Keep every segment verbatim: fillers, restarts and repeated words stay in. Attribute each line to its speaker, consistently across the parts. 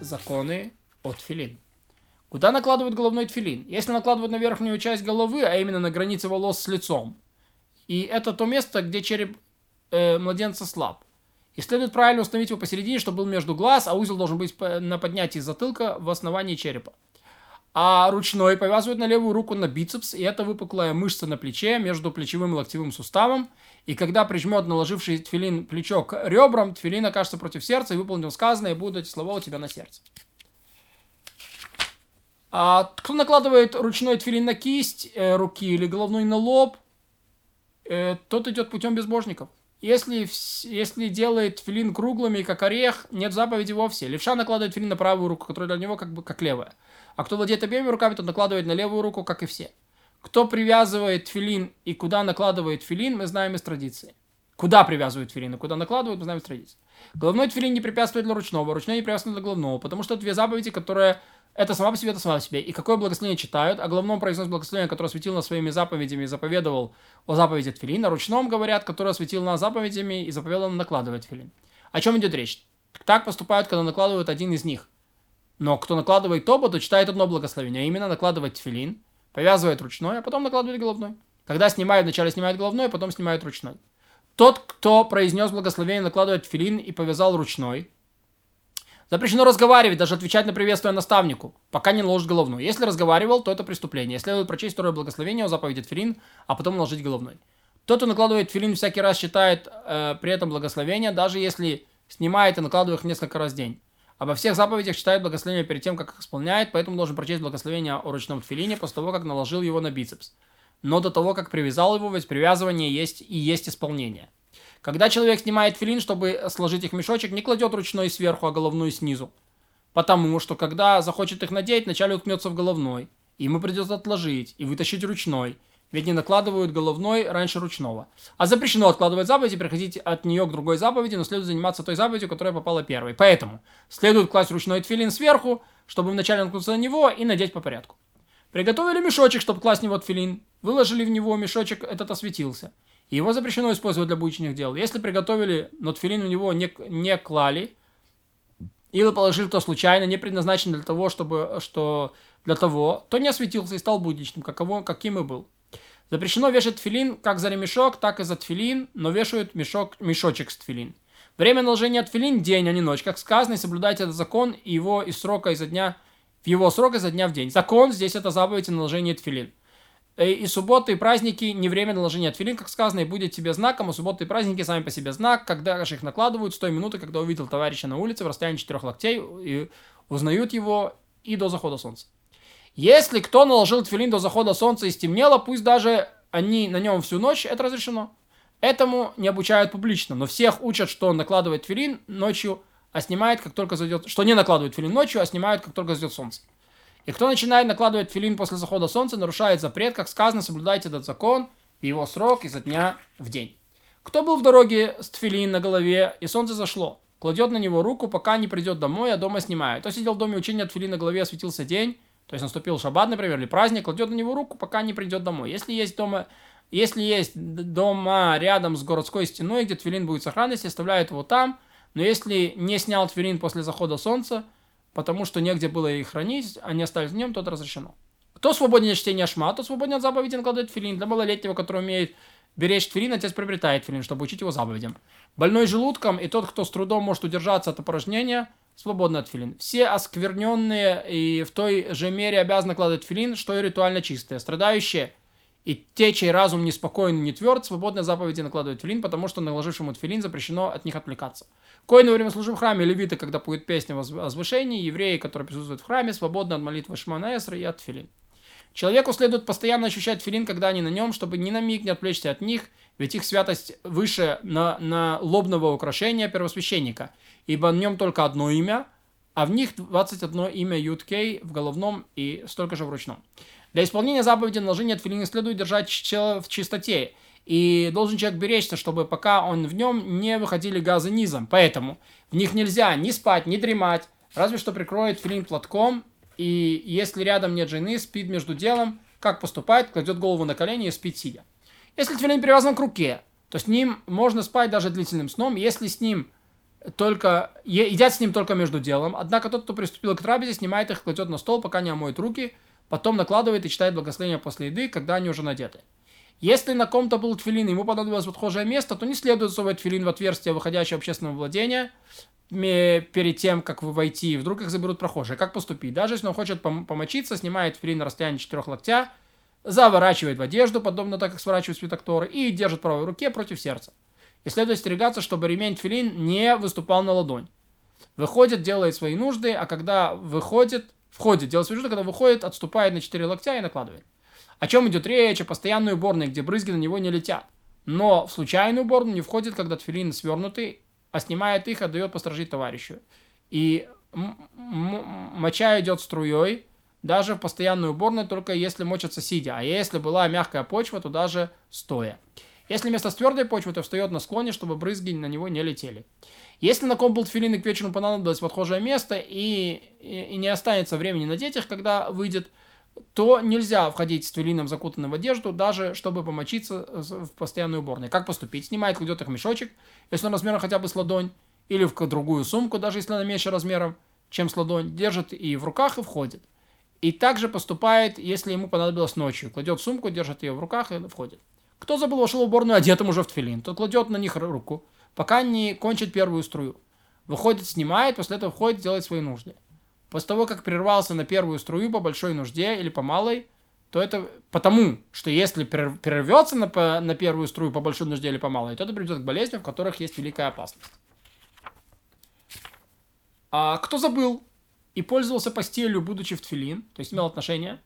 Speaker 1: законы от тфилин. Куда накладывают головной тфилин? Если накладывают на верхнюю часть головы, а именно на границе волос с лицом, и это то место, где череп э, младенца слаб. И следует правильно установить его посередине, чтобы был между глаз, а узел должен быть на поднятии затылка в основании черепа. А ручной повязывают на левую руку на бицепс, и это выпуклая мышца на плече между плечевым и локтевым суставом. И когда прижмет наложивший тфилин плечо к ребрам, тфилин окажется против сердца и выполнил сказанное, и будут эти слова у тебя на сердце. А кто накладывает ручной тфилин на кисть э, руки или головной на лоб, э, тот идет путем безбожников. Если, если делает тфилин круглыми, как орех, нет заповеди вовсе. Левша накладывает тфилин на правую руку, которая для него как бы как левая. А кто владеет обеими руками, тот накладывает на левую руку, как и все. Кто привязывает тфилин и куда накладывает тфилин, мы знаем из традиции. Куда привязывают тфилин и куда накладывают, мы знаем из традиции. Головной тфилин не препятствует для ручного, ручной не препятствует для головного, потому что это две заповеди, которые... Это сама по себе, это сама по себе. И какое благословение читают? О головном произносит благословение, которое осветил нас своими заповедями и заповедовал о заповеди тфилин. О ручном говорят, которое осветил нас заповедями и заповедовал накладывать тфилин. О чем идет речь? Так поступают, когда накладывают один из них. Но кто накладывает оба, то читает одно благословение, а именно накладывать тфилин, повязывает ручной, а потом накладывает головной. Когда снимают, вначале снимают головной, а потом снимают ручной. Тот, кто произнес благословение, накладывает тфилин и повязал ручной, запрещено разговаривать, даже отвечать на приветствие наставнику, пока не наложит головной. Если разговаривал, то это преступление. Следует прочесть второе благословение о заповеди тфилин, а потом наложить головной. Тот, кто накладывает тфилин, всякий раз читает э, при этом благословение, даже если снимает и накладывает их несколько раз в день. Обо всех заповедях читает благословение перед тем, как их исполняет, поэтому должен прочесть благословение о ручном тфилине после того, как наложил его на бицепс. Но до того, как привязал его, ведь привязывание есть и есть исполнение. Когда человек снимает тфилин, чтобы сложить их в мешочек, не кладет ручной сверху, а головной снизу. Потому что, когда захочет их надеть, вначале уткнется в головной. И ему придется отложить и вытащить ручной. Ведь не накладывают головной раньше ручного. А запрещено откладывать заповедь и переходить от нее к другой заповеди, но следует заниматься той заповедью, которая попала первой. Поэтому следует класть ручной тфилин сверху, чтобы вначале наткнуться на него и надеть по порядку. Приготовили мешочек, чтобы класть в него тфилин. Выложили в него, мешочек этот осветился. И его запрещено использовать для будничных дел. Если приготовили, но тфилин в него не, не клали, или положили то случайно, не предназначен для того, чтобы, что для того, то не осветился и стал будничным, каково, каким и был. Запрещено вешать тфилин как за ремешок, так и за тфилин, но вешают мешок, мешочек с тфилин. Время наложения тфилин – день, а не ночь. Как сказано, и соблюдайте этот закон и его из срока изо дня, в его срок изо дня в день. Закон здесь это заповедь и наложение тфилин. И субботы, и праздники не время наложения тфилин, как сказано, и будет тебе знаком, а субботы и праздники сами по себе знак, когда же их накладывают с той минуты, когда увидел товарища на улице в расстоянии четырех локтей, и узнают его и до захода солнца. Если кто наложил тфилин до захода солнца и стемнело, пусть даже они на нем всю ночь, это разрешено. Этому не обучают публично, но всех учат, что он накладывает тфилин ночью, а снимает, как только зайдет, что не накладывает тфилин ночью, а снимают, как только зайдет солнце. И кто начинает накладывать тфилин после захода солнца, нарушает запрет, как сказано, соблюдайте этот закон и его срок изо дня в день. Кто был в дороге с тфилин на голове, и солнце зашло, кладет на него руку, пока не придет домой, а дома снимает. Кто сидел в доме учения, тфилин на голове, осветился день, то есть наступил шаббат, например, или праздник, кладет на него руку, пока не придет домой. Если есть дома, если есть дома рядом с городской стеной, где тфилин будет в сохранности, оставляет его там, но если не снял тфилин после захода солнца, потому что негде было их хранить, а не оставить в нем, то это разрешено. Кто свободен от чтения шма, то свободен от заповеди накладывать тфилин. Для малолетнего, который умеет беречь тфилин, отец приобретает тфилин, чтобы учить его заповедям. Больной желудком и тот, кто с трудом может удержаться от опорожнения, свободны от тфилин. Все оскверненные и в той же мере обязаны накладывать тфилин, что и ритуально чистые. Страдающие и те, чей разум неспокоен и не тверд, свободны от заповеди накладывать тфилин, потому что наложившему тфилин запрещено от них отвлекаться. Коины во время службы в храме, левиты, когда поют песни о возвышении, евреи, которые присутствуют в храме, свободны от молитвы Шма Эсра и от тфилин. Человеку следует постоянно ощущать тфилин, когда они на нем, чтобы ни на миг не отвлечься от них, ведь их святость выше на, на лобного украшения первосвященника, ибо на нем только одно имя, а в них двадцать одно имя Юд-Кей в головном и столько же в ручном. Для исполнения заповеди наложения тфилин следует держать в чистоте, и должен человек беречься, чтобы пока он в нем не выходили газы низом. Поэтому в них нельзя ни спать, ни дремать, разве что прикроет тфилин платком, и если рядом нет жены, спит между делом, как поступает, кладет голову на колени и спит сидя. Если тфилин привязан к руке, то с ним можно спать даже длительным сном. Если с ним только, едят с ним только между делом. Однако тот, кто приступил к трапезе, снимает их, кладет на стол, пока не омоет руки, потом накладывает и читает благословение после еды, когда они уже надеты. Если на ком-то был тфилин, и ему понадобилось отхожее место, то не следует совать тфилин в отверстие, выходящее в общественное владение, перед тем, как вы войти, вдруг их заберут прохожие. Как поступить? Даже если он хочет пом- помочиться, снимает тфилин на расстоянии четырех локтя, заворачивает в одежду, подобно так, как сворачивают свитокторы, и держит в правой руке против сердца. И следует остерегаться, чтобы ремень тфилин не выступал на ладонь. Выходит, делает свои нужды, а когда выходит, входит, делает свои нужды, когда выходит, отступает на четыре локтя и накладывает. О чем идет речь? О постоянной уборной, где брызги на него не летят. Но в случайную уборную не входит, когда тфилин свернутый, а снимает их, отдает посторожить товарищу. И м- м- моча идет струей, даже в постоянную уборную, только если мочатся сидя. А если была мягкая почва, то даже стоя. Если место с твердой почвой, то встает на склоне, чтобы брызги на него не летели. Если на ком был тфилин и к вечеру понадобилось подхожее место, и, и, и не останется времени надеть их, когда выйдет, то нельзя входить с тфилином, закутанным в одежду, даже чтобы помочиться в постоянной уборной. Как поступить? Снимает, кладет их в мешочек, если он размером хотя бы с ладонь, или в другую сумку, даже если она меньше размером, чем с ладонь, держит и в руках, и входит. И также поступает, если ему понадобилось ночью. Кладет сумку, держит ее в руках и входит. Кто забыл, вошел в уборную одетым уже в тфилин, тот кладет на них руку, пока не кончит первую струю. Выходит, снимает, после этого входит, делает свои нужды. После того, как прервался на первую струю по большой нужде или по малой, то это потому, что если прервется на, на первую струю по большой нужде или по малой, то это приведет к болезням, в которых есть великая опасность. А кто забыл и пользовался постелью, будучи в тфилин, то есть имел отношение,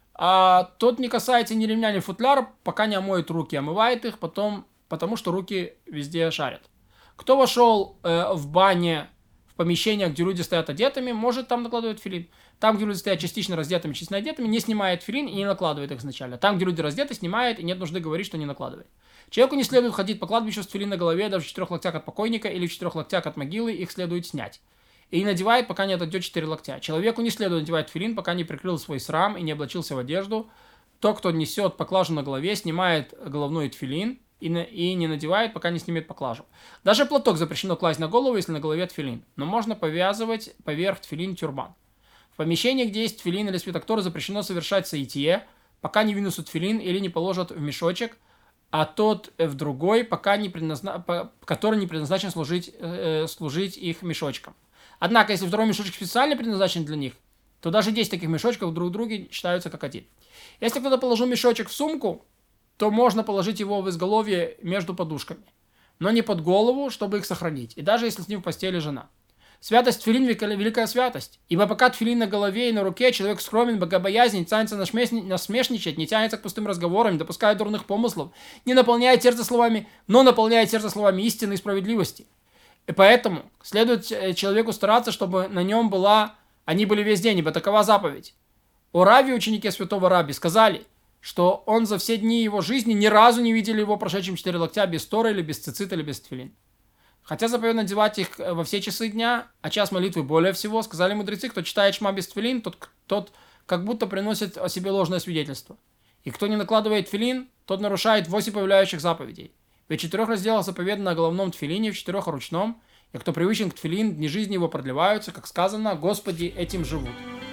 Speaker 1: а тот не касается ни ремня, ни футляра, пока не омоет руки, омывает их, потом, потому что руки везде шарят. Кто вошел э, в бане, в помещениях, где люди стоят одетыми, может там накладывать тфилин. Там, где люди стоят частично раздетыми, частично одетыми, не снимает тфилин и не накладывает их изначально. Там, где люди раздеты, снимает, и нет нужды говорить, что не накладывает. Человеку не следует ходить по кладбищу с тфилин на голове, даже в четырех локтях от покойника или в четырех локтях от могилы, их следует снять. И не надевает, пока не отойдет четыре локтя. Человеку не следует надевать тфилин, пока не прикрыл свой срам и не облачился в одежду. Тот, кто несет поклажу на голове, снимает головной тфилин и, на, и не надевает, пока не снимет поклажу. Даже платок запрещено класть на голову, если на голове тфилин. Но можно повязывать поверх тфилин тюрбан. В помещении, где есть тфилин или свитокторы, запрещено совершать саитие, пока не вынесут тфилин или не положат в мешочек, а тот в другой, пока не предназна... который не предназначен служить, э, служить их мешочком. Однако, если второй мешочек специально предназначен для них, то даже десять таких мешочков друг в друге считаются как один. Если кто-то положил мешочек в сумку, то можно положить его в изголовье между подушками, но не под голову, чтобы их сохранить, и даже если с ним в постели жена. Святость тфилин – великая святость, ибо пока тфилин на голове и на руке, человек скромен, богобоязнен, не тянется насмешничать, не тянется к пустым разговорам, не допускает дурных помыслов, не наполняет сердце словами, но наполняет сердце словами истины и справедливости. И поэтому следует человеку стараться, чтобы на нем была, они были весь день, ибо такова заповедь. О Раве, ученики святого Раби, сказали, что он за все дни его жизни ни разу не видели его прошедшим четыре локтя без торы или без цицит или без тфилин. Хотя заповедно надевать их во все часы дня, а час молитвы более всего, сказали мудрецы, кто читает шма без тфилин, тот, тот как будто приносит о себе ложное свидетельство. И кто не накладывает тфилин, тот нарушает восемь повелевающих заповедей. Ведь в четырех разделах заповедано о головном тфилине, в четырех о ручном, и кто привычен к тфилин, дни жизни его продлеваются, как сказано, Господи, этим живут.